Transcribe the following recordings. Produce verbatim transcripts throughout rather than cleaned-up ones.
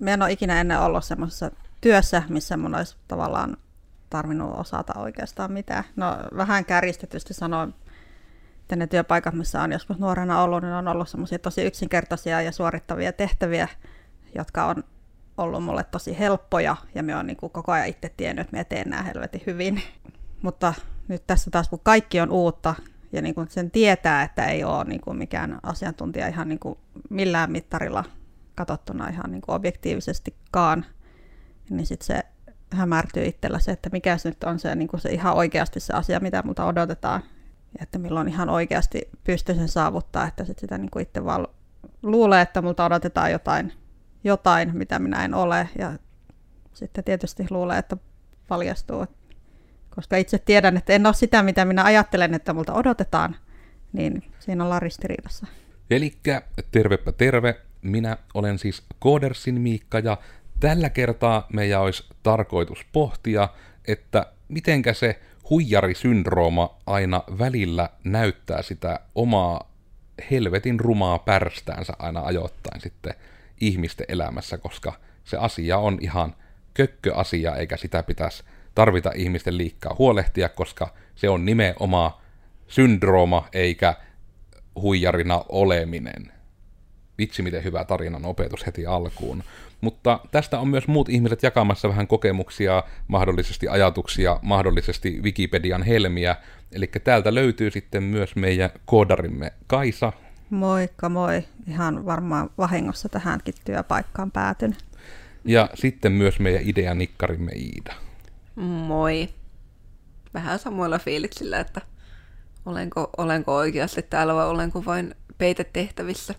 mä en ole ikinä ennen ollut semmoisessa työssä, missä mun olisi tavallaan tarvinnut osata oikeastaan mitään. No vähän kärjistetysti sanoin, että ne työpaikat, missä on joskus nuorena ollut, niin on ollut semmoisia tosi yksinkertaisia ja suorittavia tehtäviä, jotka on ollut mulle tosi helppoja, ja mä oon niin kuin koko ajan itse tiennyt, että mä teen nämä helvetin hyvin. Mutta nyt tässä taas, kun kaikki on uutta, ja niin kuin sen tietää, että ei ole niin kuin mikään asiantuntija ihan niin kuin millään mittarilla katsottuna ihan niin kuin objektiivisestikaan, niin sitten se hämärtyy itsellä se, että mikä se nyt on se, niin kuin se ihan oikeasti se asia, mitä multa odotetaan, ja että milloin ihan oikeasti pystyy sen saavuttaa, että sit sitä niin kuin itse vaan luulee, että multa odotetaan jotain, jotain, mitä minä en ole, ja sitten tietysti luulee, että paljastuu, koska itse tiedän, että en ole sitä, mitä minä ajattelen, että multa odotetaan, niin siinä ollaan ristiriidassa. Elikkä tervepä terve, minä olen siis Codersin Miikka, ja tällä kertaa meidän olisi tarkoitus pohtia, että mitenkä se huijarisyndrooma aina välillä näyttää sitä omaa helvetin rumaa pärstäänsä aina ajoittain sitten ihmisten elämässä, koska se asia on ihan kökköasia, eikä sitä pitäisi tarvita ihmisten liikkaa huolehtia, koska se on nimenomaan syndrooma, eikä huijarina oleminen. Vitsi, miten hyvä tarinan opetus heti alkuun. Mutta tästä on myös muut ihmiset jakamassa vähän kokemuksia, mahdollisesti ajatuksia, mahdollisesti Wikipedian helmiä. Eli täältä löytyy sitten myös meidän koodarimme Kaisa. Moikka moi. Ihan varmaan vahingossa tähänkin työpaikkaan päätyn. Ja sitten myös meidän ideanikkarimme Iida. Moi. Vähän samoilla fiiliksillä, että olenko, olenko oikeasti täällä vai olenko vain peitetehtävissä.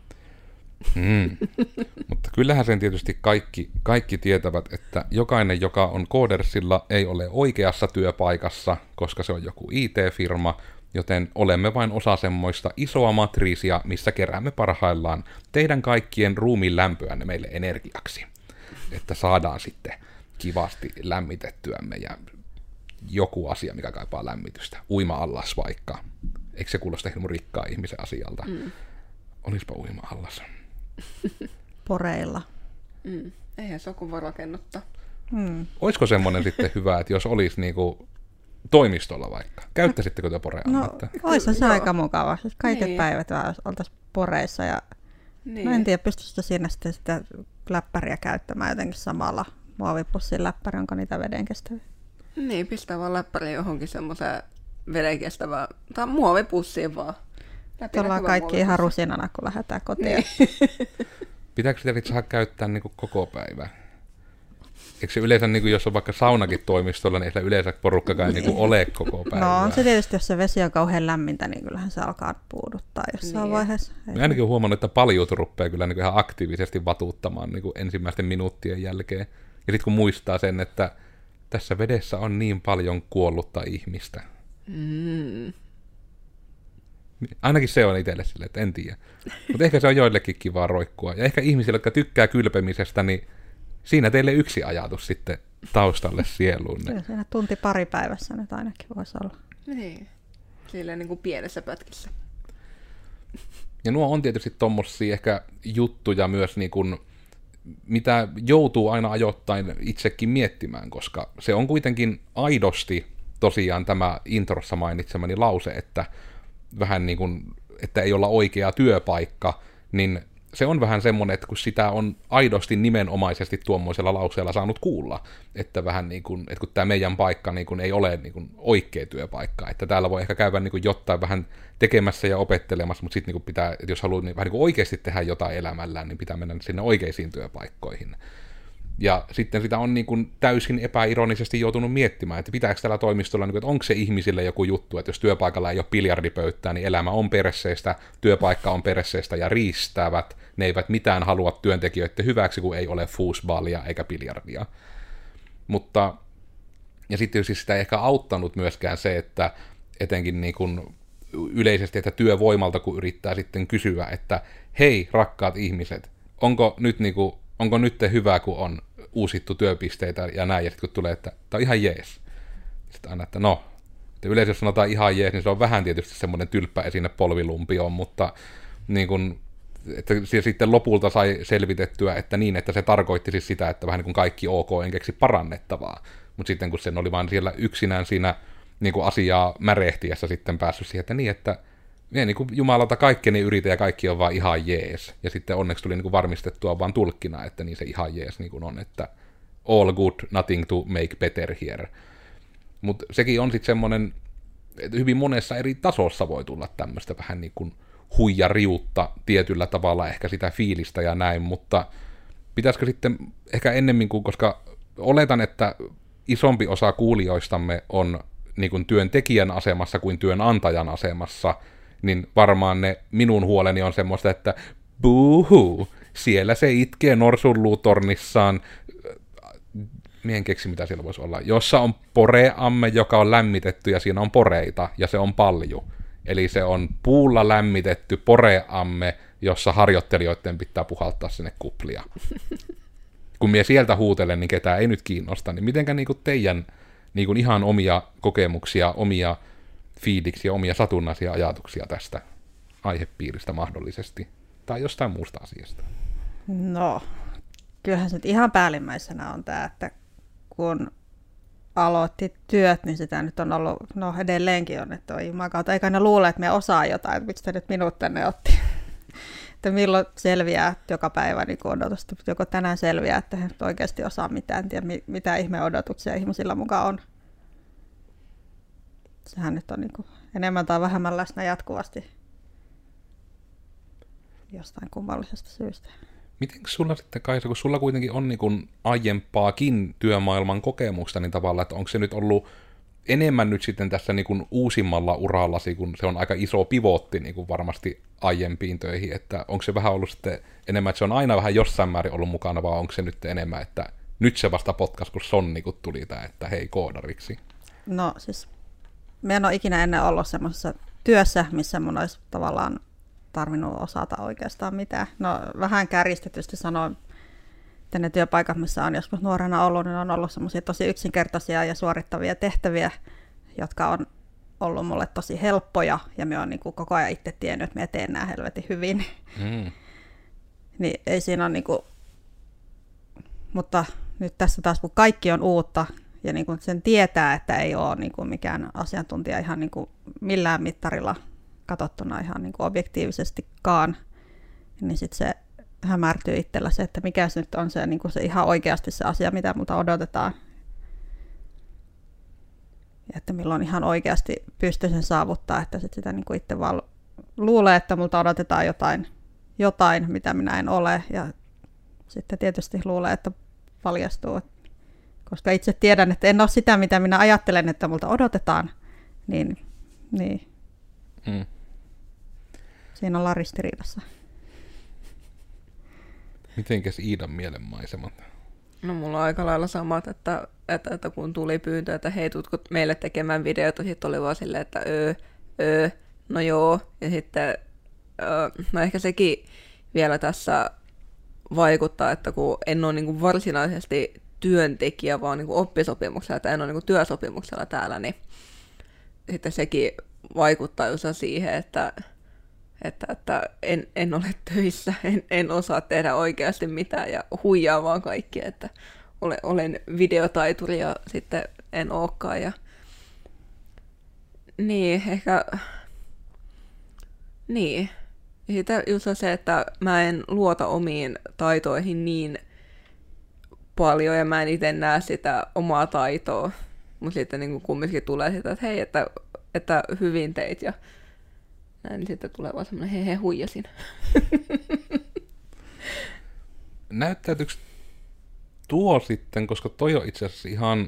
Mm. Mutta kyllähän sen tietysti kaikki, kaikki tietävät, että jokainen, joka on Codersilla, ei ole oikeassa työpaikassa, koska se on joku I T-firma, joten olemme vain osa semmoista isoa matriisia, missä keräämme parhaillaan teidän kaikkien ruumiin lämpöänne meille energiaksi, että saadaan sitten kivasti lämmitettyämme ja joku asia, mikä kaipaa lämmitystä. Uima-allas vaikka. Eikö se kuulosta hirmu rikkaa ihmisen asialta? Mm. Olispa uima-allas. Poreilla. Mm. Eihän se ole kuin voi rakennuttaa. Mm. Olisiko semmoinen sitten hyvä, että jos olisi niinku toimistolla vaikka? Käyttäisittekö te poreammetta? No, olisi se aika mukava. Siis kaiket niin. Päivät oltaisiin poreissa. Ja niin. No en tiedä, pystyisikö siinä sitten sitä läppäriä käyttämään jotenkin samalla muovipussin läppäri, onko niitä vedenkestäviä? Niin, pistää vaan läppäri johonkin semmoiseen vedenkestävään, tai muovipussiin vaan. Ollaan kaikki ihan rusinana, kun lähdetään kotiin. Niin. Pitääkö sitä saada käyttää niin kuin koko päivä? Eikö se yleensä, niin kuin jos on vaikka saunakin toimistolla, niin ei yleensä porukkakaan niin kuin ole koko päivää? No on se tietysti, jos se vesi on kauhean lämmintä, niin kyllähän se alkaa puuduttaa jossain niin. vaiheessa. Mä ainakin olen huomannut, että paljut rupeaa kyllä niin kuin ihan aktiivisesti vatuuttamaan niin kuin ensimmäisten minuuttien jälkeen. Ja sitten kun muistaa sen, että tässä vedessä on niin paljon kuollutta ihmistä. Mm. Ainakin se on itselle silleen, että en tiedä. Mutta ehkä se on joillekin kivaa roikkua. Ja ehkä ihmisille, jotka tykkää kylpemisestä, niin siinä teille yksi ajatus sitten taustalle sieluun. Kyllä siinä tunti pari päivässä nyt ainakin voisi olla. Niin, silleen niin kuin pienessä pätkissä. Ja nuo on tietysti tommosia ehkä juttuja myös, niin kuin, mitä joutuu aina ajoittain itsekin miettimään, koska se on kuitenkin aidosti tosiaan tämä introssa mainitsemani lause, että vähän niin kuin, että ei olla oikea työpaikka, niin se on vähän semmoinen, että kun sitä on aidosti nimenomaisesti tuommoisella lauseella saanut kuulla, että vähän niin kuin, että kun tämä meidän paikka niin kuin ei ole niin kuin oikea työpaikka, että täällä voi ehkä käydä niin kuin jotain vähän tekemässä ja opettelemassa, mutta sitten niin kuin pitää, että jos haluaa niin, vähän niin kuin oikeasti tehdä jotain elämällään, niin pitää mennä sinne oikeisiin työpaikkoihin. Ja sitten sitä on niin kuin täysin epäironisesti joutunut miettimään, että pitääkö tällä toimistolla, että onko se ihmisille joku juttu, että jos työpaikalla ei ole biljardipöytää, niin elämä on peresseistä, työpaikka on peresseistä ja riistävät. Ne eivät mitään halua työntekijöiden hyväksi, kun ei ole fuusballia eikä biljardia. Mutta, ja sitten siis sitä ei ehkä auttanut myöskään se, että etenkin niin kuin yleisesti, että työvoimalta kun yrittää sitten kysyä, että hei rakkaat ihmiset, onko nyt niin kuin onko nyt hyvä, kun on uusittu työpisteitä ja näin, ja sitten kun tulee, että tämä on ihan jees. Sitten aina, että no, että yleensä jos sanotaan ihan jees, niin se on vähän tietysti semmoinen tylppä esine polvilumpioon, mutta niin kun, että se sitten lopulta sai selvitettyä, että niin, että se tarkoitti siis sitä, että vähän niin kuin kaikki ok, en keksi parannettavaa. Mutta sitten kun sen oli vaan siellä yksinään siinä niin kuin asiaa märehtiessä sitten päässyt siihen, että niin, että niin kuin Jumalalta kaikkeni yritä ja kaikki on vaan ihan jees. Ja sitten onneksi tuli niin kuin varmistettua vaan tulkkina, että niin se ihan jees niin kuin on, että all good, nothing to make better here. Mutta sekin on sitten semmoinen, että hyvin monessa eri tasossa voi tulla tämmöistä vähän niin kuin huijariutta tietyllä tavalla, ehkä sitä fiilistä ja näin, mutta pitäisikö sitten ehkä ennemmin kuin, koska oletan, että isompi osa kuulijoistamme on niin kuin työntekijän asemassa kuin työnantajan asemassa, niin varmaan ne minun huoleni on semmoista, että buuhuu, siellä se itkee norsunluutornissaan, mie en keksi mitä siellä voisi olla, jossa on poreamme, joka on lämmitetty ja siinä on poreita ja se on palju. Eli se on puulla lämmitetty poreamme, jossa harjoittelijoiden pitää puhaltaa sinne kuplia. Kun minä sieltä huutelen, niin ketään ei nyt kiinnosta, niin mitenkä niinku teidän niinku ihan omia kokemuksia, omia fiiliksiä, omia satunnaisia ajatuksia tästä aihepiiristä mahdollisesti, tai jostain muusta asiasta? No, kyllähän se nyt ihan päällimmäisenä on tämä, että kun aloitti työt, niin sitä nyt on ollut, no edelleenkin on, että oi jumakauta, eikä ne luule, että me osaa jotain, että miksi te nyt minut tänne otti. Että milloin selviää joka päivä niin odotusta, joko tänään selviää, että he oikeasti osaa mitään, en tiedä mitä ihme odotuksia ihmisillä mukaan on. Sehän nyt on niin kuin enemmän tai vähemmän läsnä jatkuvasti jostain kummallisesta syystä. Miten sulla sitten, Kaisa, kun sulla kuitenkin on niin kuin aiempaakin työmaailman kokemusta, niin tavallaan, että onko se nyt ollut enemmän nyt sitten tässä niin kuin uusimmalla urallasi, kun se on aika iso pivotti niin kuin varmasti aiempiin töihin, että onko se vähän ollut sitten enemmän, että se on aina vähän jossain määrin ollut mukana, vai onko se nyt enemmän, että nyt se vasta potkas, kun Sonni, kun tuli tämä, että hei koodariksi? No siis, me en ole ikinä ennen ollut semmoisessa työssä, missä mun olisi tavallaan tarvinnut osata oikeastaan mitään. No vähän kärjistetysti sanoin, että ne työpaikat, missä on joskus nuorena ollut, niin on ollut semmoisia tosi yksinkertaisia ja suorittavia tehtäviä, jotka on ollut mulle tosi helppoja, ja me on niin kuin koko ajan itse tiennyt, että me teen nämä helvetin hyvin. Mm. Niin ei siinä ole niin kuin, mutta nyt tässä taas, kun kaikki on uutta, ja niin kuin sen tietää, että ei ole niin kuin mikään asiantuntija ihan niin kuin millään mittarilla katsottuna ihan niin kuin objektiivisestikaan, niin sitten se hämärtyy itsellä se, että mikä se nyt on se, niin kuin se ihan oikeasti se asia, mitä multa odotetaan. Ja että milloin ihan oikeasti pystyy sen saavuttaa, että sit sitä niin kuin itse vaan luulee, että multa odotetaan jotain, jotain, mitä minä en ole. Ja sitten tietysti luulee, että paljastuu. Koska itse tiedän, että en ole sitä, mitä minä ajattelen, että multa odotetaan, niin, niin. Mm. Siinä ollaan ristiriidassa. Mitenkäs Iidan mielenmaisemat? No mulla on aika lailla samat, että, että, että kun tuli pyyntö, että hei, tutko meille tekemään videota, sitten oli vaan silleen, että öö, öö, no joo. Ja sitten, öö, no ehkä sekin vielä tässä vaikuttaa, että kun en ole niin kuin varsinaisesti työntekijä, vaan niin kuin oppisopimuksella, tai en ole niin kuin työsopimuksella täällä, niin sitten sekin vaikuttaa just siihen, että Että, että en, en ole töissä, en, en osaa tehdä oikeasti mitään ja huijaa vaan kaikki, että olen, olen videotaituri ja sitten en olekaan. Ja niin, ehkä, niin. Ja sitten just se, että mä en luota omiin taitoihin niin paljon ja mä en itse näe sitä omaa taitoa, mutta sitten niin kumminkin tulee sitä, että hei, että, että hyvin teit ja näin, niin sitten tulee vaan semmoinen, hei hei, huijasin. Näyttäytyykö tuo sitten, koska toi on itse asiassa ihan,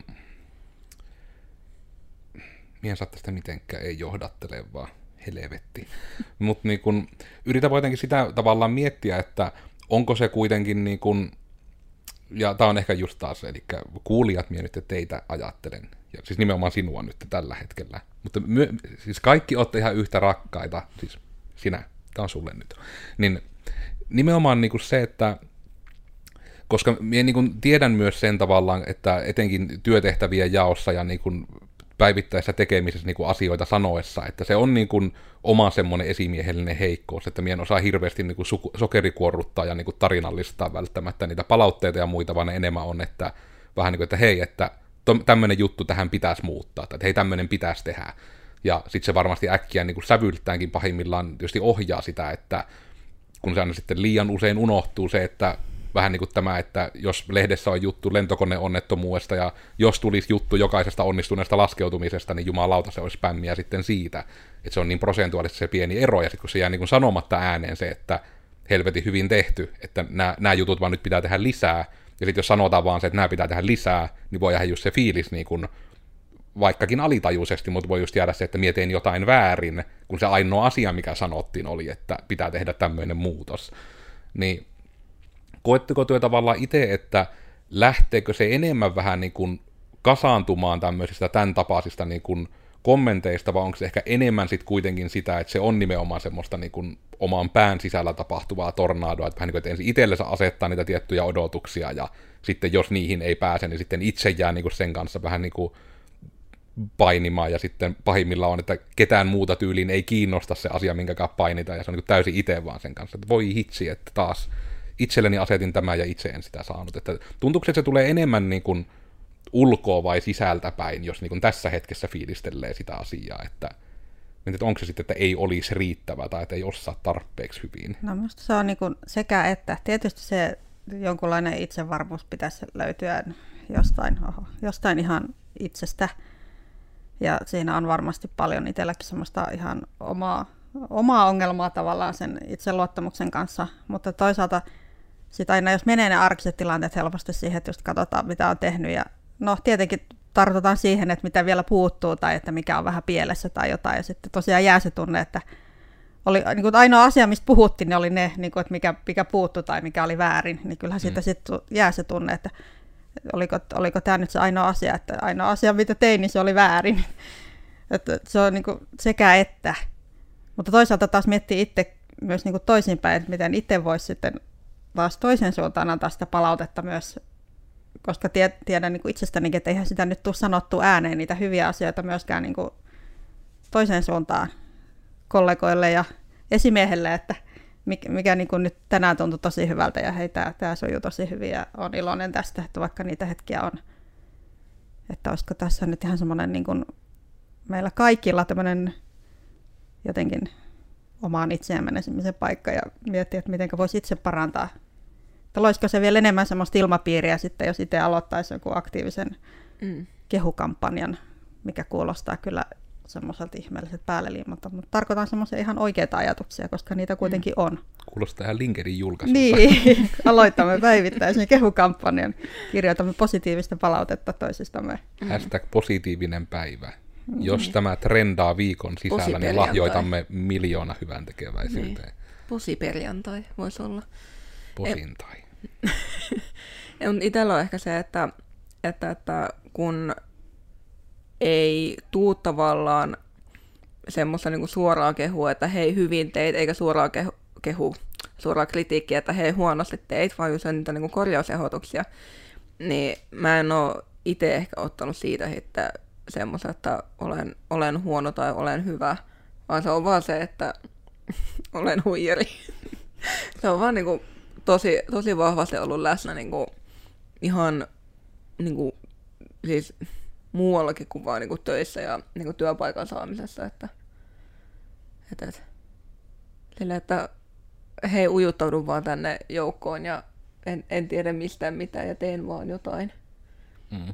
mien saattaa sitä mitenkään ei johdattele, vaan helvetti. Mutta niin kun, yritän kuitenkin sitä tavallaan miettiä, että onko se kuitenkin niin kun, ja tää on ehkä just taas, eli kuulijat, minä nyt teitä ajattelen, ja siis nimenomaan sinua nyt tällä hetkellä. Mutta myö, siis kaikki olette ihan yhtä rakkaita, siis sinä, tämä on sulle nyt. Niin nimenomaan niin kuin se, että koska minä niin kuin tiedän myös sen tavallaan, että etenkin työtehtävien jaossa ja niin kuin päivittäisessä tekemisessä niin kuin asioita sanoessa, että se on niin kuin oma semmoinen esimiehellinen heikkous, että minä en osaa hirveästi niin kuin suku- sokerikuorruttaa ja niin kuin tarinallistaa välttämättä niitä palautteita ja muita, vaan ne enemmän on, että vähän niin kuin, että hei, että tämmöinen juttu tähän pitäisi muuttaa, että hei, tämmöinen pitäisi tehdä. Ja sitten se varmasti äkkiä niin kuin sävyltäänkin pahimmillaan tietysti ohjaa sitä, että kun se aina sitten liian usein unohtuu se, että vähän niin kuin tämä, että jos lehdessä on juttu lentokoneonnettomuudesta ja jos tulisi juttu jokaisesta onnistuneesta laskeutumisesta, niin jumalauta se olisi spämmiä sitten siitä. Että se on niin prosentuaalisesti se pieni ero, ja sitten kun se jää niin kuin sanomatta ääneen se, että helvetin hyvin tehty, että nämä, nämä jutut vaan nyt pitää tehdä lisää, ja sitten jos sanotaan vaan se, että nämä pitää tehdä lisää, niin voi jäädä just se fiilis niin kuin, vaikkakin alitajuisesti, mutta voi just jäädä se, että mietin jotain väärin, kun se ainoa asia, mikä sanottiin, oli, että pitää tehdä tämmöinen muutos. Niin koetteko työ tavallaan itse, että lähteekö se enemmän vähän niin kuin kasaantumaan tämmöisistä tämän tapaisista niin kuin kommenteista, vai onko se ehkä enemmän sitten kuitenkin sitä, että se on nimenomaan semmoista niin kuin oman pään sisällä tapahtuvaa tornadoa, että vähän niin kuin, että ensin itsellensä asettaa niitä tiettyjä odotuksia, ja sitten jos niihin ei pääse, niin sitten itse jää niin kuin sen kanssa vähän niin kuin painimaan, ja sitten pahimmillaan on, että ketään muuta tyyliin ei kiinnosta se asia, minkäkään painitaan, ja se on niin kuin täysin itse vaan sen kanssa, että voi hitsi, että taas itselleni asetin tämän ja itse en sitä saanut. Että tuntuuko, että se tulee enemmän niin kuin ulkoa vai sisältä päin, jos niin kuin tässä hetkessä fiilistelee sitä asiaa, että, että onko se sitten, että ei olisi riittävä tai että ei osaa tarpeeksi hyvin? No minusta se on niin kuin sekä että. Tietysti se jonkunlainen itsevarmuus pitäisi löytyä jostain, oho, jostain ihan itsestä. Ja siinä on varmasti paljon itselläkin semmoista ihan omaa, omaa ongelmaa tavallaan sen itseluottamuksen kanssa, mutta toisaalta sitten aina jos menee ne arkiset tilanteet helposti siihen, että just katsotaan mitä on tehnyt ja no tietenkin tartutaan siihen, että mitä vielä puuttuu tai että mikä on vähän pielessä tai jotain ja sitten tosiaan jää se tunne, että oli niin kuin ainoa asia, mistä puhuttiin, niin oli ne, niin kuin, että mikä, mikä puuttui tai mikä oli väärin, niin kyllähän siitä mm. sitten jää se tunne, että oliko, oliko tämä nyt se ainoa asia, että ainoa asia mitä tein, niin se oli väärin. Että se on niin kuin sekä että. Mutta toisaalta taas miettii itse myös niin kuin toisinpäin, että miten itse voisi sitten taas toisen suuntaan antaa sitä palautetta myös, koska tiedän niin kuin itsestäni, että eihän sitä nyt tule sanottua ääneen niitä hyviä asioita myöskään niin kuin toiseen suuntaan kollegoille ja esimiehelle, että mikä, mikä niin kuin nyt tänään tuntui tosi hyvältä ja hei, tämä, tämä sujuu tosi hyvin ja olen iloinen tästä, että vaikka niitä hetkiä on. Että olisiko tässä nyt ihan semmoinen niin kuin meillä kaikilla tämmöinen jotenkin omaan itseään menemisen paikka ja miettiä, että miten voisi itse parantaa. Että loisiko se vielä enemmän semmoista ilmapiiriä sitten, jos itse aloittaisi joku aktiivisen mm. kehukampanjan, mikä kuulostaa kyllä semmoiselta ihmeelliseltä päälle liimalta, mutta tarkoitan semmoisia ihan oikeita ajatuksia, koska niitä kuitenkin mm. on. Kuulostaa ihan LinkedIn julkaisulta. Niin, aloitamme päivittäisen kehukampanjan, kirjoitamme positiivista palautetta toisistamme. Mm. Hashtag positiivinen päivä. Mm. Jos tämä trendaa viikon sisällä, niin lahjoitamme miljoona hyvän tekeväisyyteen. Niin. Posiperjantai voisi olla. Posintai. Itsellä on ehkä se, että, että, että kun ei tuu tavallaan semmoista niinku suoraa kehua, että hei hyvin teit, eikä suoraa kehu, kehu suoraa kritiikkiä, että hei huonosti teit, vaan just niitä niinku korjausehdotuksia, niin mä en ole itse ehkä ottanut siitä että semmoista, että olen, olen huono tai olen hyvä, vaan se on vaan se, että olen huijari. Se on vaan niinku tosi, tosi vahvasti ollut läsnä niinku ihan niinku, siis muuallakin kuin vaan niinku töissä ja niinku työpaikan saamisessa, että, että, että, sille, että hei ujuttaudun vaan tänne joukkoon ja en, en tiedä mistään mitään ja teen vaan jotain. Mm.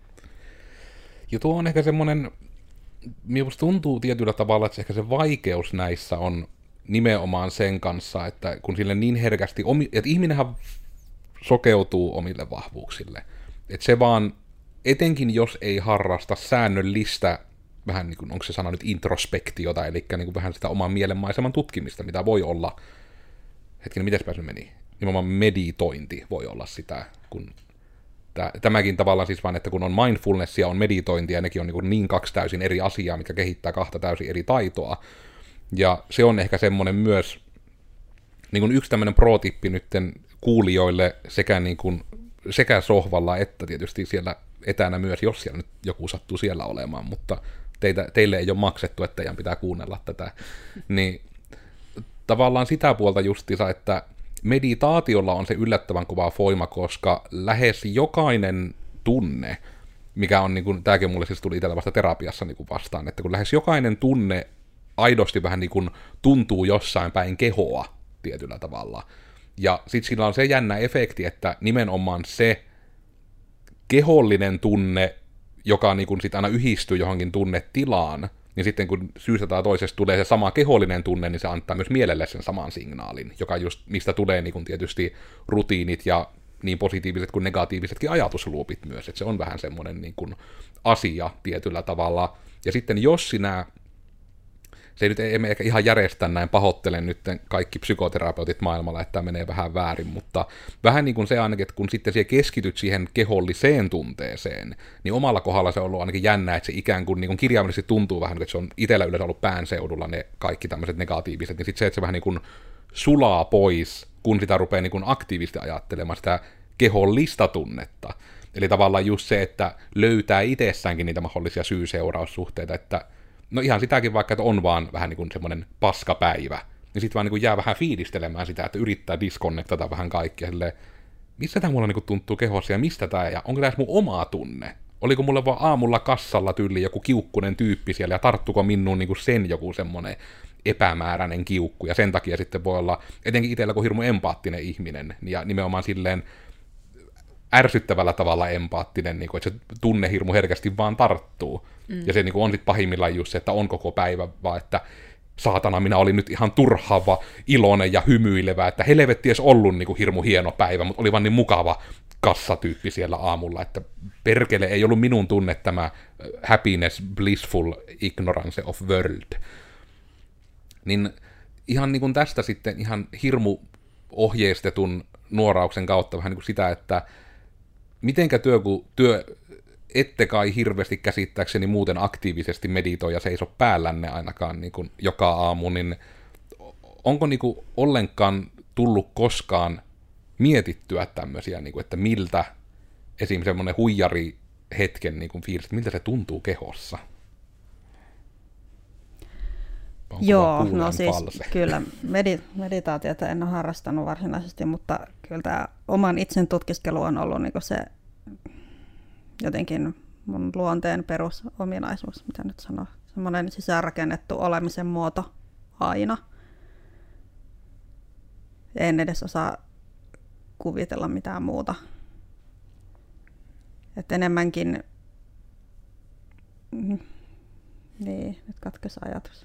Ja tuo on ehkä semmoinen, minusta tuntuu tietyllä tavalla, että ehkä se vaikeus näissä on nimenomaan sen kanssa, että kun sille niin herkästi, omi, että ihminenhän sokeutuu omille vahvuuksille. Että se vaan, etenkin jos ei harrasta säännöllistä, vähän niin kuin, onko se sana nyt introspektiota, eli niin kuin vähän sitä oman mielenmaiseman tutkimista, mitä voi olla, hetkinen, mites se meni? Nimenomaan meditointi voi olla sitä, kun tämäkin tavallaan siis vain, että kun on mindfulnessia, on meditointia, ja nekin on niin, niin kaksi täysin eri asiaa, mikä kehittää kahta täysin eri taitoa. Ja se on ehkä semmoinen myös, niin kuin yksi tämmöinen pro-tippi nytten kuulijoille sekä, niin kuin, sekä sohvalla että tietysti siellä etänä myös, jos siellä nyt joku sattuu siellä olemaan, mutta teitä, teille ei ole maksettu, että teidän pitää kuunnella tätä. Niin tavallaan sitä puolta justiinsa, että meditaatiolla on se yllättävän kova voima, koska lähes jokainen tunne, mikä on, niin kuin, tämäkin mulle siis tuli itsellä vasta terapiassa niin kuin vastaan, että kun lähes jokainen tunne aidosti vähän niin kuin tuntuu jossain päin kehoa tietyllä tavalla. Ja sitten sillä on se jännä efekti, että nimenomaan se kehollinen tunne, joka niin kuin sit aina yhdistyy johonkin tunnetilaan, niin sitten kun syystä tai toisesta tulee se sama kehollinen tunne, niin se antaa myös mielelle sen saman signaalin, joka just, mistä tulee niin kuin tietysti rutiinit ja niin positiiviset kuin negatiivisetkin ajatusluupit myös, että se on vähän semmoinen niin kuin asia tietyllä tavalla. Ja sitten jos sinä, se ei nyt emme ehkä ihan järjestä näin, pahoittelen nyt kaikki psykoterapeutit maailmalla, että tämä menee vähän väärin, mutta vähän niin kuin se ainakin, että kun sitten siellä keskityt siihen keholliseen tunteeseen, niin omalla kohdalla se on ollut ainakin jännä, että se ikään kuin, niin kuin kirjaimellisesti tuntuu vähän, että se on itsellä yleensä ollut päänseudulla ne kaikki tämmöiset negatiiviset, niin sitten se, että se vähän niin kuin sulaa pois, kun sitä rupeaa niin kuin aktiivisesti ajattelemaan sitä kehollista tunnetta. Eli tavallaan just se, että löytää itsessäänkin niitä mahdollisia syy-seuraussuhteita, että no ihan sitäkin vaikka, että on vaan vähän niin kuin semmoinen paskapäivä, niin sitten vaan niin kuin jää vähän fiilistelemään sitä, että yrittää disconnectata vähän kaikkia silleen, missä tämä mulla niin kuin tuntuu kehossa ja mistä tämä, ja onko tämä mun oma tunne? Oliko mulla vaan aamulla kassalla tyyli joku kiukkunen tyyppi siellä, ja tarttuko minuun niin kuin sen joku semmoinen epämääräinen kiukku, ja sen takia sitten voi olla, etenkin itsellä kun hirmu empaattinen ihminen, ja nimenomaan silleen ärsyttävällä tavalla empaattinen, niin kuin, että se tunne hirmu herkästi vaan tarttuu. Mm. Ja se niin kuin on sitten pahimmillaan just se, että on koko päivä, vaan että saatana, minä olin nyt ihan turhaava, iloinen ja hymyilevä, että helvetti edes ollut niin kuin hirmu hieno päivä, mutta oli vaan niin mukava kassatyyppi siellä aamulla, että perkele ei ollut minun tunne tämä happiness, blissful ignorance of world. Niin ihan niin kuin tästä sitten ihan hirmu ohjeistetun nuorauksen kautta vähän niin kuin sitä, että mitenkä työ, kun työ ette kai hirveästi käsittääkseni muuten aktiivisesti meditoi ja seiso päällänne ainakaan niin kuin joka aamu, niin onko niin kuin ollenkaan tullut koskaan mietittyä tämmöisiä, niin kuin, että miltä esim. Semmoinen huijari hetken niin kuin fiilis, että miltä se tuntuu kehossa? Onko Joo, no siis false? Kyllä medi- meditaatiota en ole harrastanut varsinaisesti, mutta kyllä tämä oman itsen tutkiskelu on ollut niin se jotenkin mun luonteen perusominaisuus, mitä nyt sanoo, semmoinen sisäänrakennettu olemisen muoto aina. En edes osaa kuvitella mitään muuta. Että enemmänkin, niin, nyt katkesi ajatus.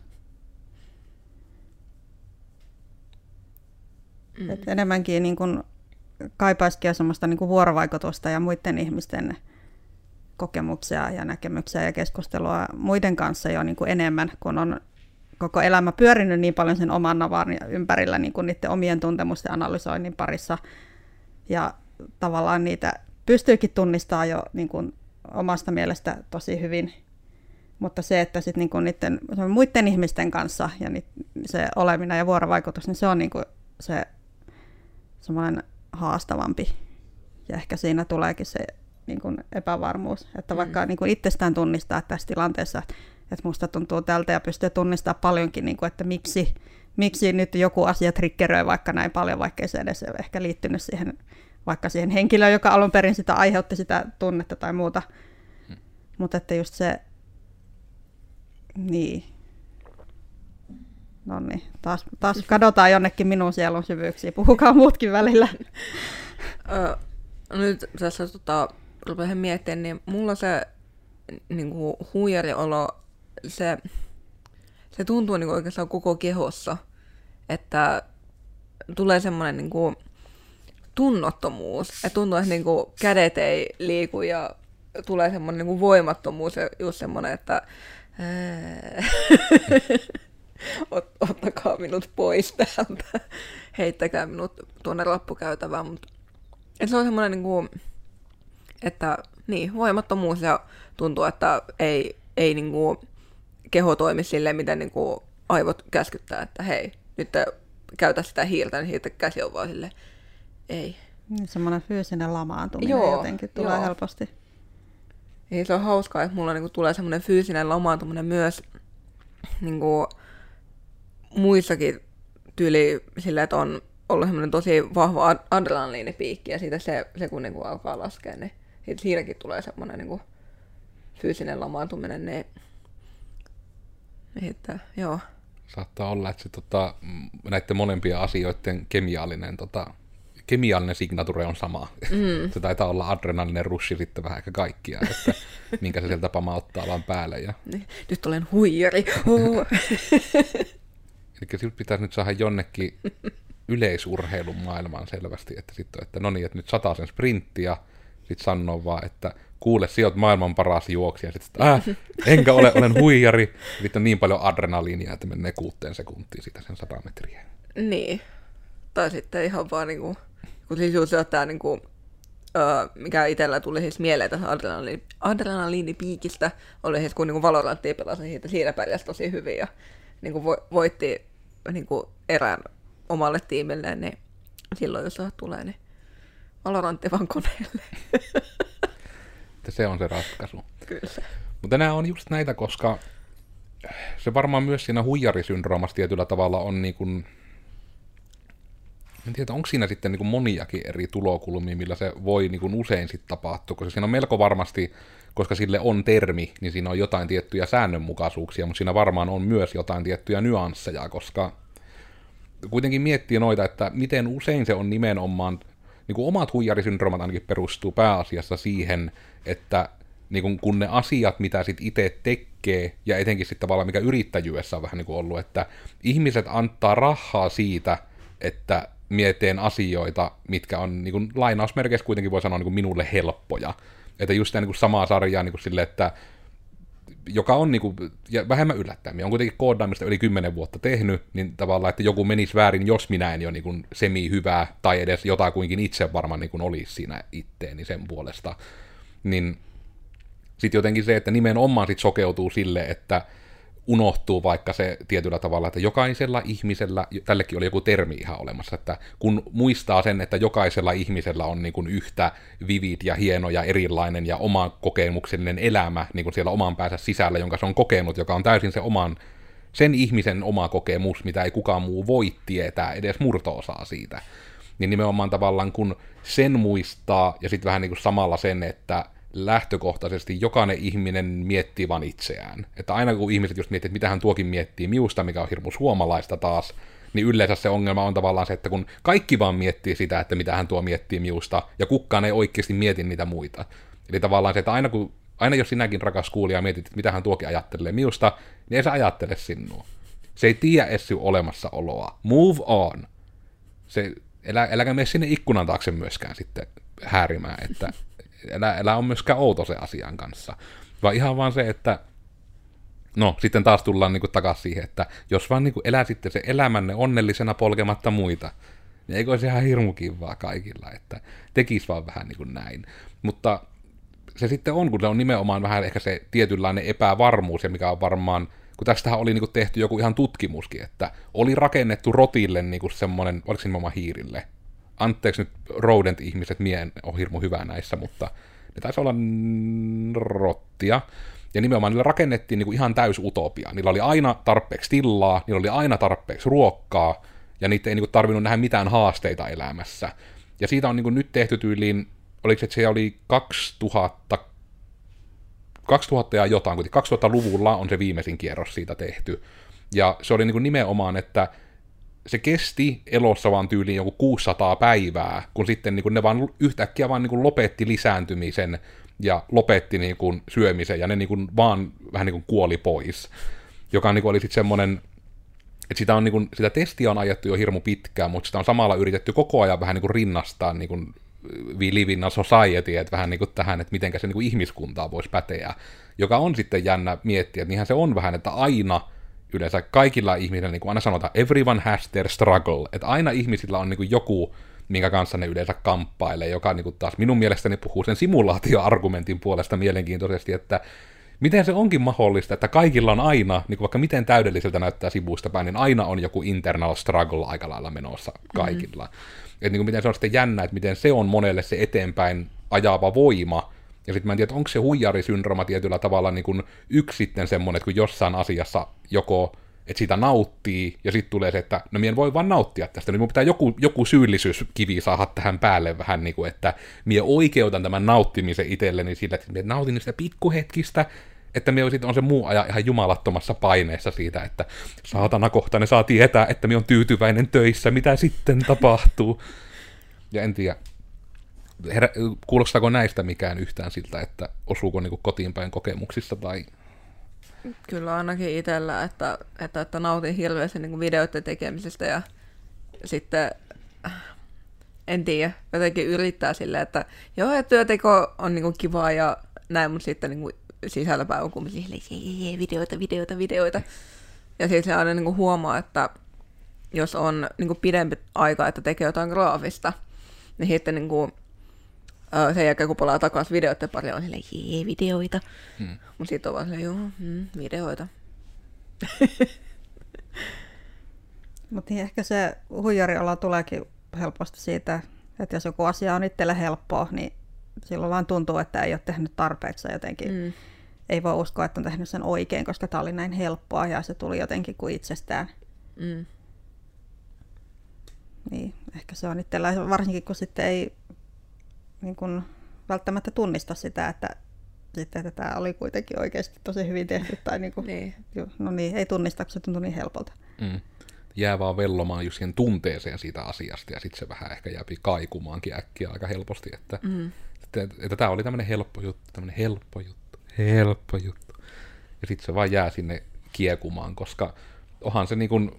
Mm. Et enemmänkin niin kun kaipaisikin semmoista niin kun vuorovaikutusta ja muiden ihmisten kokemuksia ja näkemyksiä ja keskustelua muiden kanssa jo niin kun enemmän, kun on koko elämä pyörinyt niin paljon sen oman navan ympärillä niin kun niiden omien tuntemusten analysoinnin parissa. Ja tavallaan niitä pystyykin tunnistamaan jo niin kun omasta mielestä tosi hyvin. Mutta se, että sit niin kun niiden muiden ihmisten kanssa ja se oleminen ja vuorovaikutus, niin se on niin kun se semmoinen haastavampi. Ja ehkä siinä tuleekin se niin kuin epävarmuus, että vaikka mm. niin kuin itsestään tunnistaa että tässä tilanteessa, että musta tuntuu tältä ja pystyy tunnistamaan paljonkin, niin kuin, että miksi, miksi nyt joku asia triggeröi vaikka näin paljon, vaikka ei se edes ehkä liittynyt siihen, vaikka siihen henkilöön, joka alun perin sitä aiheutti sitä tunnetta tai muuta. Mm. Mutta että just se, niin. No niin, taas, taas kadotaan jonnekin minun sielun syvyyksiin. Puhukaa muutkin välillä. Nyt tässä tota, rupesin miettimään, niin mulla se niinku, huijariolo, se, se tuntuu niinku, oikeastaan koko kehossa. Että tulee semmoinen niinku, tunnottomuus. Että tuntuu, että niinku, kädet ei liiku ja tulee semmoinen niinku, voimattomuus ja just semmoinen, että Ot, ottakaa minut pois täältä, heittäkää minut tuonne loppukäytävään. Mut, et se on semmoinen, niinku, että niin, voimattomuus ja tuntuu, että ei, ei niinku, keho toimi silleen, miten niinku, aivot käskyttää, että hei, nyt käytä sitä hiiltä, niin siitä käsi on vaan silleen, ei. Semmoinen fyysinen lamaantuminen joo, jotenkin tulee joo. helposti. Ja se on hauskaa, että mulla niinku tulee semmoinen fyysinen lamaantuminen myös niinku muissakin tyyli sillä, että on ollut semmoinen tosi vahva adrenaliinipiikki ja siitä se, se kun niinku alkaa laskea, niin siinäkin tulee semmoinen niinku fyysinen lamaantuminen. Niin, että, joo. Saattaa olla, että se tota, näiden molempien asioiden kemiallinen, tota, kemiallinen signature on sama. Mm. Se taitaa olla adrenalinen rushi sitten vähän ehkä kaikkia, että minkä se sieltä pamauttaa vaan päälle. Ja... Nyt olen huijari. Oh. Eli siltä pitäisi nyt saada jonnekin yleisurheilun maailmaan selvästi, että, sit, että no niin, että nyt sataa sen sprintti ja sitten sanoo vaan, että kuule, sinä olet maailman paras juoksija. Sitten, äh, enkä ole, olen huijari. Sitten on niin paljon adrenaliinia, että menee kuuteen sekuntiin sitä sen sata metriä. Niin. Tai sitten ihan vaan niinku, kun siis just tämä niinku, öö, mikä itsellä tuli siis mieleen tässä adrenaliini, adrenaliinipiikistä, oli siis kun niinku Valoranttia pelasi siitä, siinä pärjäsi tosi hyvin ja niinku vo, voitti niinku erään omalle tiimilleen, niin silloin jos tulee, niin Valorantti vaan koneelle. Se on se ratkaisu. Kyllä. Mutta nämä on just näitä, koska se varmaan myös siinä huijarisyndroomassa tietyllä tavalla on niin kuin, en tiedä, onko siinä sitten niin kuin moniakin eri tulokulmia, millä se voi niin kuin usein sitten tapahtua, koska siinä on melko varmasti, koska sille on termi, niin siinä on jotain tiettyjä säännönmukaisuuksia, mutta siinä varmaan on myös jotain tiettyjä nyansseja, koska kuitenkin miettii noita, että miten usein se on nimenomaan, niin kuin omat huijarisyndroomat ainakin perustuu pääasiassa siihen, että niin kun, kun ne asiat, mitä sit itse tekee, ja etenkin sitten tavallaan mikä yrittäjyydessä on vähän niin kuin ollut, että ihmiset antaa rahaa siitä, että mieteen asioita, mitkä on niin kuin lainausmerkeissä kuitenkin voi sanoa niin kuin minulle helppoja. Että just niin kuin samaa sarjaa niin kuin sille, että joka on niin kuin, ja vähemmän yllättäen. On kuitenkin koodaamista yli kymmenen vuotta tehnyt, niin tavallaan, että joku menisi väärin, jos minä en jo niin kuin semi-hyvää, tai edes jotakuinkin itse varmaan niin kuin olisi siinä itteeni sen puolesta. Niin sitten jotenkin se, että nimenomaan sit sokeutuu sille, että unohtuu vaikka se tietyllä tavalla, että jokaisella ihmisellä, tällekin oli joku termi ihan olemassa, että kun muistaa sen, että jokaisella ihmisellä on niin kuin yhtä vivid ja hieno ja erilainen ja oma kokemuksellinen elämä niin kuin siellä oman päänsä sisällä, jonka se on kokenut, joka on täysin se oman, sen ihmisen oma kokemus, mitä ei kukaan muu voi tietää, edes murto-osaa siitä. Niin nimenomaan tavallaan kun sen muistaa ja sitten vähän niin kuin samalla sen, että lähtökohtaisesti jokainen ihminen miettii vain itseään. Että aina kun ihmiset just miettii, että mitä hän tuokin miettii miusta, mikä on hirmu suomalaista taas, niin yleensä se ongelma on tavallaan se, että kun kaikki vaan miettii sitä, että mitä hän tuo miettii miusta, ja kukaan ei oikeasti mieti niitä muita. Eli tavallaan se, että aina, kun, aina jos sinäkin rakas kuulija mietit, että mitä hän tuokin ajattelee miusta, niin ei se ajattele sinua. Se ei tiedä edes sinun olemassaoloa. Move on. Se, elä, äläkä mene sinne ikkunan taakse myöskään sitten häärimään, että Älä, älä on myöskään outo se asian kanssa, vaan ihan vaan se, että no, sitten taas tullaan niinku takaisin siihen, että jos vaan niinku elää sitten se elämänne onnellisena polkematta muita, niin eikö olisi ihan hirmu kivaa kaikilla, että tekisi vaan vähän niin kuin näin. Mutta se sitten on, kun se on nimenomaan vähän ehkä se tietynlainen epävarmuus, ja mikä on varmaan, kun tästähän oli niinku tehty joku ihan tutkimuskin, että oli rakennettu rotille niinku semmoinen, oliko se nimenomaan hiirille, anteeksi nyt rodent-ihmiset, mie en ole hirmu hyvä näissä, mutta ne taisi olla rottia. Ja nimenomaan niillä rakennettiin niinku ihan täys utopia. Niillä oli aina tarpeeksi tilaa, niillä oli aina tarpeeksi ruokkaa, ja niitä ei niinku tarvinnut nähdä mitään haasteita elämässä. Ja siitä on niinku nyt tehty tyyliin, oliko se, että se oli kaksituhatta, kaksituhatta ja jotain, kun kaksituhattaluvulla on se viimeisin kierros siitä tehty. Ja se oli niinku nimenomaan, että se kesti elossa vaan tyyliin joku kuusisataa päivää, kun sitten niin kun ne vaan yhtäkkiä vaan niin kun lopetti lisääntymisen ja lopetti niin kun syömisen, ja ne niin kun vaan vähän niin kun kuoli pois. Joka niin kun oli sitten semmoinen, että sitä, on niin kun, sitä testiä on ajettu jo hirmu pitkään, mutta sitä on samalla yritetty koko ajan vähän niin kun rinnastaa niin kun we live in a society, että vähän niin kuin tähän, että miten se niin kun ihmiskuntaa voisi päteä, joka on sitten jännä miettiä, että niinhän se on vähän, että aina yleensä kaikilla ihmisillä, niin kuin aina sanotaan, everyone has their struggle, että aina ihmisillä on niin kuin joku, minkä kanssa ne yleensä kamppailee, joka niin kuin taas minun mielestäni puhuu sen simulaatioargumentin puolesta mielenkiintoisesti, että miten se onkin mahdollista, että kaikilla on aina, niin kuin vaikka miten täydelliseltä näyttää sivuista päin, niin aina on joku internal struggle aika lailla menossa kaikilla. Mm-hmm. Että niin kuin miten se on sitten jännä, että miten se on monelle se eteenpäin ajava voima, Ja sitten mä en tiedä, onko se huijarisyndrooma tietyllä tavalla niin kuin yksi sitten semmoinen, että kun jossain asiassa joko, että siitä nauttii, ja sitten tulee se, että no mien voi vaan nauttia tästä, niin mun pitää joku, joku syyllisyyskivi saada tähän päälle vähän niin kuin, että mie oikeutan tämän nauttimisen itselleni sillä, että mie nautin niistä pikkuhetkistä, että mie on se muu ajan ihan jumalattomassa paineessa siitä, että saatana kohta ne saa tietää, että mie on tyytyväinen töissä, mitä sitten tapahtuu. Ja en tiedä, herä, kuulostaako näistä mikään yhtään siltä, että osuuko niinku kotiin päin kokemuksissa tai... Kyllä ainakin itsellä, että, että, että nautin hirveästi niin kuin videoiden tekemisestä ja sitten en tiedä, jotenkin yrittää silleen, että joo, että työteko on niin kuin kivaa ja näin, mutta sitten niin kuin sisälläpäin on kumminkin silleen, videoita, videoita, videoita. Ja sitten se aina niin kuin huomaa, että jos on niin kuin pidempi aika, että tekee jotain graafista, niin sitten niin kuin sen jälkeen, kun palaa takaisin videoiden pari, on silleen, jee, videoita. Hmm. Mutta sitten on vaan silleen, joo, mm, videoita. Mutta niin ehkä se huijariolo tuleekin helposti siitä, että jos joku asia on itselle helppoa, niin silloin vaan tuntuu, että ei ole tehnyt tarpeeksi jotenkin. Mm. Ei voi uskoa, että on tehnyt sen oikein, koska tämä oli näin helppoa ja se tuli jotenkin kuin itsestään. Mm. Niin, ehkä se on itsellä, varsinkin kun sitten ei niin kun välttämättä tunnista sitä, että, sitten, että tämä oli kuitenkin oikeasti tosi hyvin tehty. Tai niin kuin, niin. No niin, ei tunnista, kun se tuntui niin helpolta. Mm. Jää vaan vellomaan just siihen tunteeseen siitä asiasta, ja sitten se vähän ehkä jääpi kaikumaankin äkkiä aika helposti, että, mm. että, että, että tämä oli tämmöinen helppo juttu, tämmöinen helppo juttu, helppo juttu. Ja sitten se vaan jää sinne kiekumaan, koska onhan se niin kuin,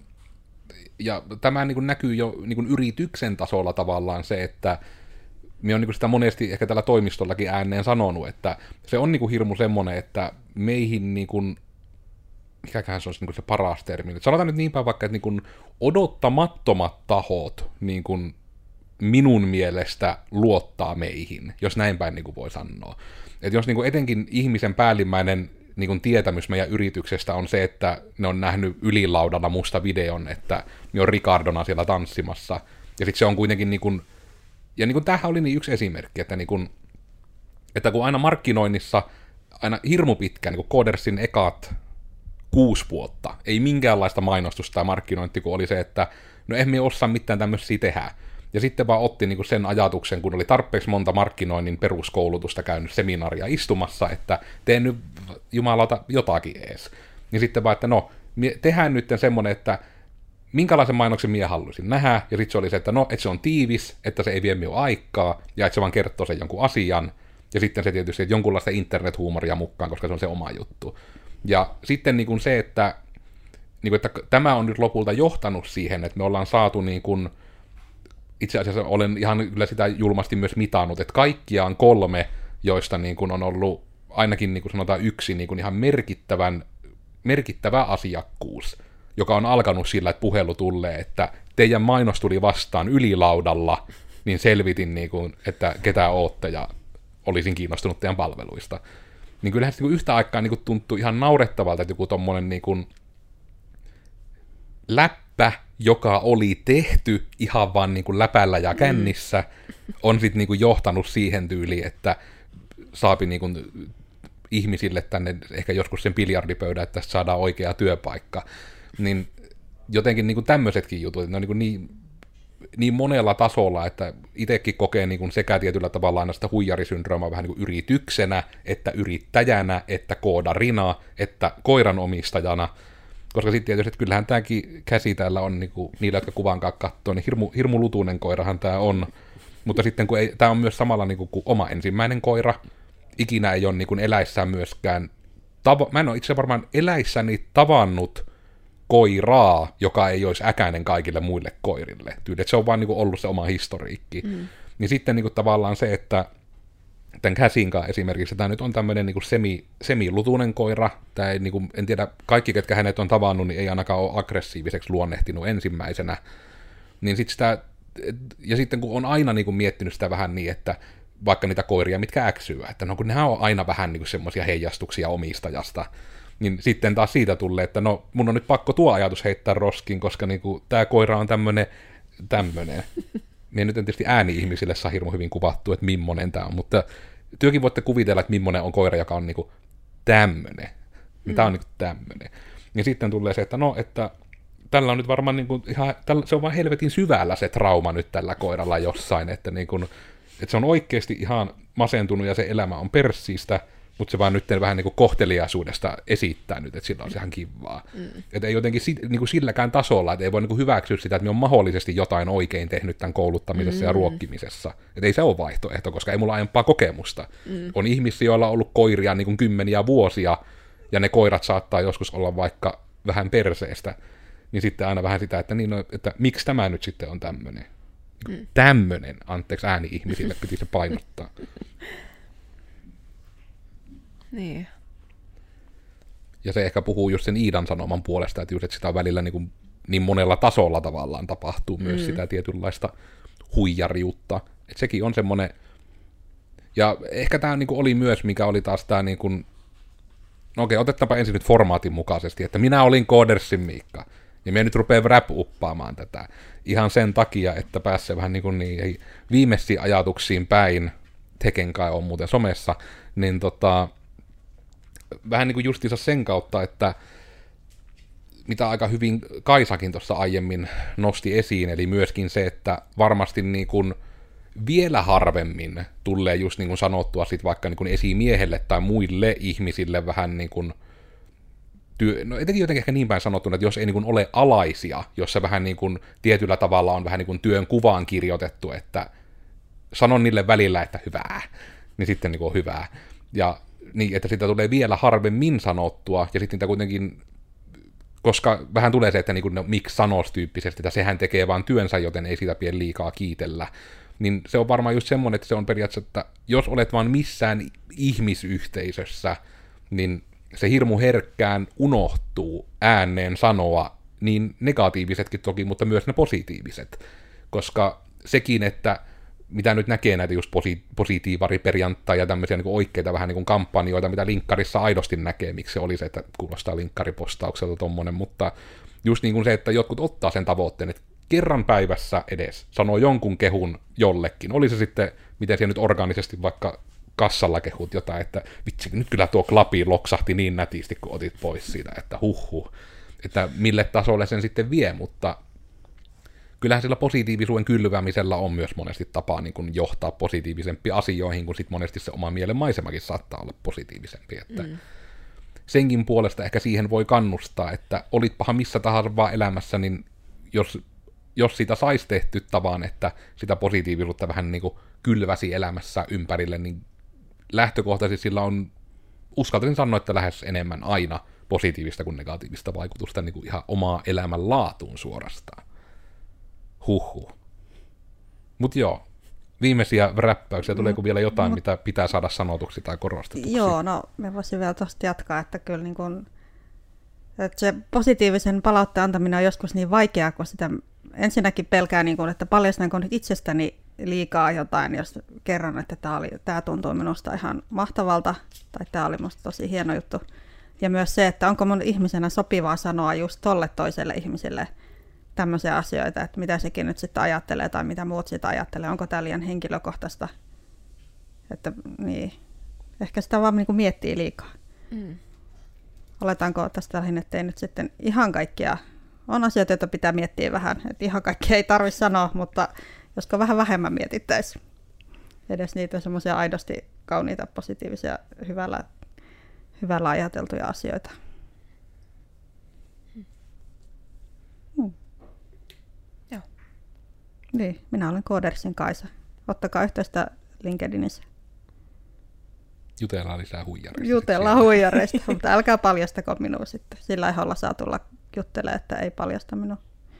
ja tämä niin kuin näkyy jo niin kuin yrityksen tasolla tavallaan se, että minä olen niin sitä monesti ehkä tällä toimistollakin ääneen sanonut, että se on niin kuin hirmu semmoinen, että meihin, niin kuin, mikäköhän se on niin kuin se paras termi, sanotaan nyt niinpä vaikka, että niin kuin odottamattomat tahot niin kuin minun mielestä luottaa meihin, jos näin päin niin kuin voi sanoa. Että jos niin kuin etenkin ihmisen päällimmäinen niin kuin tietämys meidän yrityksestä on se, että ne on nähnyt ylilaudalla musta videon, että me on Ricardona siellä tanssimassa, ja sitten se on kuitenkin niin kuin, ja niin kuin tämähän oli niin yksi esimerkki, että, niin kuin, että kun aina markkinoinnissa, aina hirmu pitkään, niin kuin Codersin ekat kuusi vuotta, ei minkäänlaista mainostusta tai markkinointia, kun oli se, että no emme osaa mitään tämmöisiä tehdä. Ja sitten vaan otti niin kuin sen ajatuksen, kun oli tarpeeksi monta markkinoinnin peruskoulutusta käynyt seminaaria istumassa, että tee nyt jumalauta jotakin ees. Niin sitten vaan, että no, tehdään nyt semmoinen, että minkälaisen mainoksen minä haluaisin nähdä, ja sitten se oli se, että no, että se on tiivis, että se ei vie minun aikaa, ja että se vaan kertoo sen jonkun asian, ja sitten se tietysti, että jonkunlaista internethuumoria mukaan, koska se on se oma juttu. Ja sitten niin kuin se, että, niin kuin, että tämä on nyt lopulta johtanut siihen, että me ollaan saatu, niin kuin, itse asiassa olen ihan kyllä sitä julmasti myös mitannut, että kaikkiaan kolme, joista niin kuin on ollut ainakin niin kuin sanotaan yksi niin kuin ihan merkittävän, merkittävä asiakkuus, joka on alkanut sillä, että puhelu tulee, että teidän mainos tuli vastaan ylilaudalla, niin selvitin, niin kuin, että ketä ootte, ja olisin kiinnostunut teidän palveluista. Niin kyllähän se niin yhtä aikaa niin tuntuu ihan naurettavalta, että joku tommonen niin kuin läppä, joka oli tehty ihan vaan niin kuin läpällä ja kännissä, on sitten niin kuin johtanut siihen tyyliin, että saapi niin kuin ihmisille tänne ehkä joskus sen biljardipöydän, että tästä saadaan oikea työpaikka. Niin jotenkin niin kuin tämmöisetkin jutut, ne on niin, kuin niin, niin monella tasolla, että itsekin kokee niin kuin sekä tietyllä tavalla aina sitä huijarisyndroomaa vähän niin kuin yrityksenä, että yrittäjänä, että koodarina, että koiranomistajana, koska sitten tietysti, että kyllähän tämäkin käsi täällä on, niin kuin, niillä, jotka kuvankaan katsoo, niin hirmu, hirmu lutuinen koirahan tämä on, mutta sitten kun ei, tämä on myös samalla niin kuin, kuin oma ensimmäinen koira, ikinä ei ole niin kuin eläissään myöskään, tavo- mä en ole itse varmaan eläissäni tavannut koiraa, joka ei olisi äkäinen kaikille muille koirille. Tyyli, että se on vaan niin kuin ollut se oma historiikki. Mm. Niin sitten niin kuin tavallaan se, että tämän Käsinkaan esimerkiksi, tämä nyt on tämmöinen niin kuin semi, semilutuinen koira, tämä ei, niin kuin, en tiedä, kaikki ketkä hänet on tavannut, niin ei ainakaan ole aggressiiviseksi luonnehtinut ensimmäisenä. Niin sit sitä, ja sitten kun on aina niin kuin miettinyt sitä vähän niin, että vaikka niitä koiria, mitkä äksyy, että no kun nehän on aina vähän niin kuin semmoisia heijastuksia omistajasta, niin sitten taas siitä tulee, että no mun on nyt pakko tuo ajatus heittää roskiin, koska niinku, tämä koira on tämmönen, tämmönen. Niin nyt en tietysti ääni-ihmisille saa hirmu hyvin kuvattua, että mimmonen tämä on, mutta työkin voitte kuvitella, että millainen on koira, joka on niinku tämmönen. Mm. Tämä on niinku tämmönen. Ja sitten tulee se, että no, että tällä on nyt varmaan niinku ihan, tällä, se on vaan helvetin syvällä se trauma nyt tällä koiralla jossain, että, niinku, että se on oikeasti ihan masentunut ja se elämä on perssiistä, mutta se vaan nyt vähän niinku kohteliaisuudesta esittää nyt, että sillä on ihan kivaa. Mm. Että ei jotenkin si, niinku silläkään tasolla, että ei voi niinku hyväksyä sitä, että me on mahdollisesti jotain oikein tehnyt tämän kouluttamisessa mm. ja ruokkimisessa. Että ei se ole vaihtoehto, koska ei mulla aiempaa kokemusta. Mm. On ihmisiä, joilla on ollut koiria niinku kymmeniä vuosia, ja ne koirat saattaa joskus olla vaikka vähän perseestä, niin sitten aina vähän sitä, että, niin, no, että miksi tämä nyt sitten on tämmöinen. Mm. Tämmöinen, anteeksi ääni-ihmisille, piti se painottaa. Niin. Ja se ehkä puhuu just sen Iidan sanoman puolesta, että, just, että sitä välillä niin, kuin, niin monella tasolla tavallaan tapahtuu myös mm. sitä tietynlaista huijariutta. Että sekin on semmoinen, ja ehkä tämä niin kuin oli myös, mikä oli taas tämä, niin kuin, no okei, otetaanpa ensin nyt formaatin mukaisesti, että minä olin Koodersin Miikka, ja minä nyt rupean wrap-uppaamaan tätä ihan sen takia, että pääsee vähän niin kuin niin viimeisiin ajatuksiin päin, Teken kai on muuten somessa, niin tota, vähän niin kuin justiinsa sen kautta, että mitä aika hyvin Kaisakin tuossa aiemmin nosti esiin, eli myöskin se, että varmasti niin kuin vielä harvemmin tulee just niin kuin sanottua sit vaikka niin kuin esimiehelle tai muille ihmisille vähän niin kuin työ, no etenkin jotenkin ehkä niin päin sanottuna, että jos ei niin kuin ole alaisia, jos se vähän niin kuin tietyllä tavalla on vähän niin kuin työn kuvaan kirjoitettu, että sanon niille välillä, että hyvää, niin sitten niin kuin on hyvää. Ja niin, että sitä tulee vielä harvemmin sanottua, ja sitten niitä kuitenkin, koska vähän tulee se, että niin kuin, no, miksi sanoisi tyyppisesti, että sehän tekee vaan työnsä, joten ei sitä pidä liikaa kiitellä. Niin se on varmaan just semmoinen, että se on periaatteessa, että jos olet vaan missään ihmisyhteisössä, niin se hirmu herkkään unohtuu ääneen sanoa, niin negatiivisetkin toki, mutta myös ne positiiviset. Koska sekin, että mitä nyt näkee näitä just posi- positiivariperianttaa ja tämmöisiä niin kuin oikeita vähän niin kuin kampanjoita, mitä linkkarissa aidosti näkee, miksi se oli se, että kuulostaa linkkaripostaukselta tommonen, mutta just niin kuin se, että jotkut ottaa sen tavoitteen, että kerran päivässä edes sanoo jonkun kehun jollekin, oli se sitten, miten siellä nyt orgaanisesti vaikka kassalla kehut jotain, että vitsi, nyt kyllä tuo klapi loksahti niin nätisti, kun otit pois siitä, että huhhuh, että mille tasolle sen sitten vie, mutta kyllähän sillä positiivisuuden kylvämisellä on myös monesti tapaa niin kuin johtaa positiivisempiin asioihin, kun sitten monesti se oma mielen maisemakin saattaa olla positiivisempi. Että mm. senkin puolesta ehkä siihen voi kannustaa, että olitpahan missä tahansa vaan elämässä, niin jos, jos sitä saisi tehty tavan, että sitä positiivisuutta vähän niin kuin kylväsi elämässä ympärille, niin lähtökohtaisesti sillä on, uskaltaisin sanoa, että lähes enemmän aina positiivista kuin negatiivista vaikutusta niin kuin ihan omaa elämän laatuun suorastaan. Huhhuh. Mut joo, viimeisiä räppäyksiä, tuleeko vielä jotain, Mut, mitä pitää saada sanotuksi tai korostetuksi? Joo, no me voisin vielä tuosta jatkaa, että kyllä niin kun, että se positiivisen palautteen antaminen on joskus niin vaikeaa, kun sitä ensinnäkin pelkää, niin kun, että paljastanko nyt itsestäni liikaa jotain, jos kerron, että tämä, oli, tämä tuntuu minusta ihan mahtavalta, tai tämä oli minusta tosi hieno juttu. Ja myös se, että onko mun ihmisenä sopivaa sanoa just tolle toiselle ihmiselle tämmöisiä asioita, että mitä sekin nyt sitten ajattelee tai mitä muut sitä ajattelee, onko tämä liian henkilökohtaista. Että niin, ehkä sitä vaan niin kuin miettii liikaa. Mm. Oletaanko tästä lähinnä, ettei nyt sitten ihan kaikkia, on asioita, joita pitää miettiä vähän, että ihan kaikkia ei tarvitse sanoa, mutta josko vähän vähemmän mietittäisiin. Edes niitä semmoisia aidosti kauniita, positiivisia, hyvällä, hyvällä ajateltuja asioita. Hmm. Joo. Niin, minä olen Koodersin Kaisa. Ottakaa yhteystä LinkedInissä. Jutellaan lisää huijareista. Jutellaan huijareista, mutta älkää paljastako minua sitten. Sillä ehdolla saa tulla juttelemaan, että ei paljasta minua.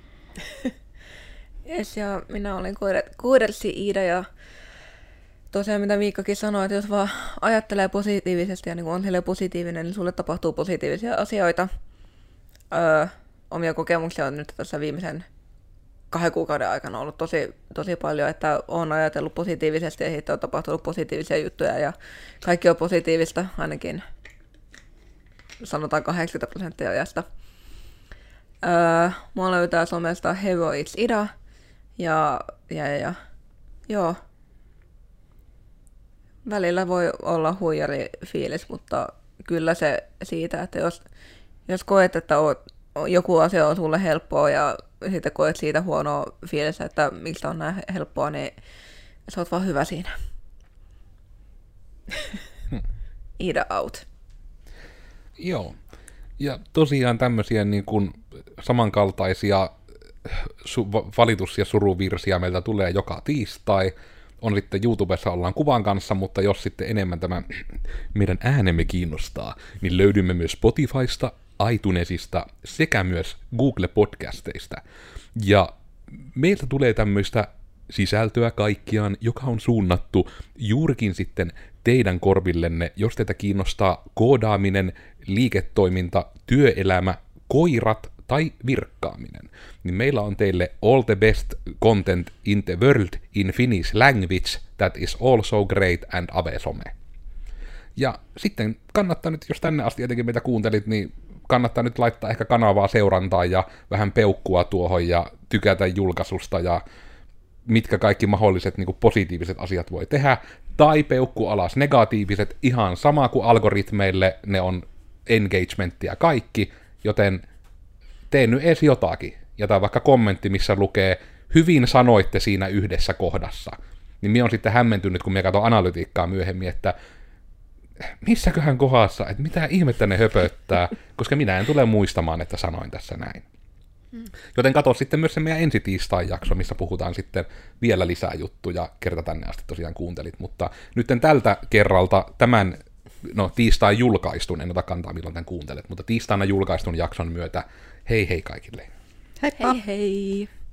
Jes, ja minä olen Koodersi Iida, ja tosiaan mitä Miikkakin sanoi, että jos vaan ajattelee positiivisesti ja niin on sille positiivinen, niin sulle tapahtuu positiivisia asioita. Öö, omia kokemuksia on nyt tässä viimeisen kahden kuukauden aikana ollut tosi, tosi paljon, että olen ajatellut positiivisesti ja sitten on tapahtunut positiivisia juttuja ja kaikki on positiivista, ainakin sanotaan kahdeksankymmentä prosenttia ajasta. Öö, mua löytää somesta Hevo It's Ida ja, ja, ja joo. välillä voi olla huijari fiilis, mutta kyllä se siitä, että jos, jos koet, että oot, joku asia on sulle helppoa ja sitten koet siitä huonoa fiilistä, että miksi on näin helppoa, niin sä oot vaan hyvä siinä. Hmm. Eat it out. Joo. Ja tosiaan tämmöisiä niin kuin samankaltaisia su- valitus- ja suruvirsiä meiltä tulee joka tiistai. On sitten YouTubessa ollaan kuvan kanssa, mutta jos sitten enemmän tämä meidän äänemme kiinnostaa, niin löydymme myös Spotifysta, iTunesista sekä myös Google-podcasteista. Ja meiltä tulee tämmöistä sisältöä kaikkiaan, joka on suunnattu juurikin sitten teidän korvillenne, jos teitä kiinnostaa koodaaminen, liiketoiminta, työelämä, koirat tai virkkaaminen. Niin meillä on teille all the best content in the world in Finnish language that is also great and avesome. Ja sitten kannattaa nyt, jos tänne asti jotenkin meitä kuuntelit, niin kannattaa nyt laittaa ehkä kanavaa seurantaa ja vähän peukkua tuohon ja tykätä julkaisusta ja mitkä kaikki mahdolliset niin kuin positiiviset asiat voi tehdä, tai peukku alas negatiiviset, ihan sama kuin algoritmeille, ne on engagementtia kaikki, joten tee nyt edes jotakin. Jätä vaikka kommentti, missä lukee, hyvin sanoitte siinä yhdessä kohdassa. Niin minä on sitten hämmentynyt, kun minä katson analytiikkaa myöhemmin, että missäköhän kohdassa, että mitä ihmettä ne höpöttää, koska minä en tule muistamaan, että sanoin tässä näin. Joten katso sitten myös se meidän ensi tiistain jakso, missä puhutaan sitten vielä lisää juttuja. Kerta tänne asti tosiaan kuuntelit, mutta nyt tältä kerralta tämän, no tiistain julkaistun, en ota kantaa milloin tämän kuuntelet, mutta tiistaina julkaistun jakson myötä hei hei kaikille. Heippa! Hei hei!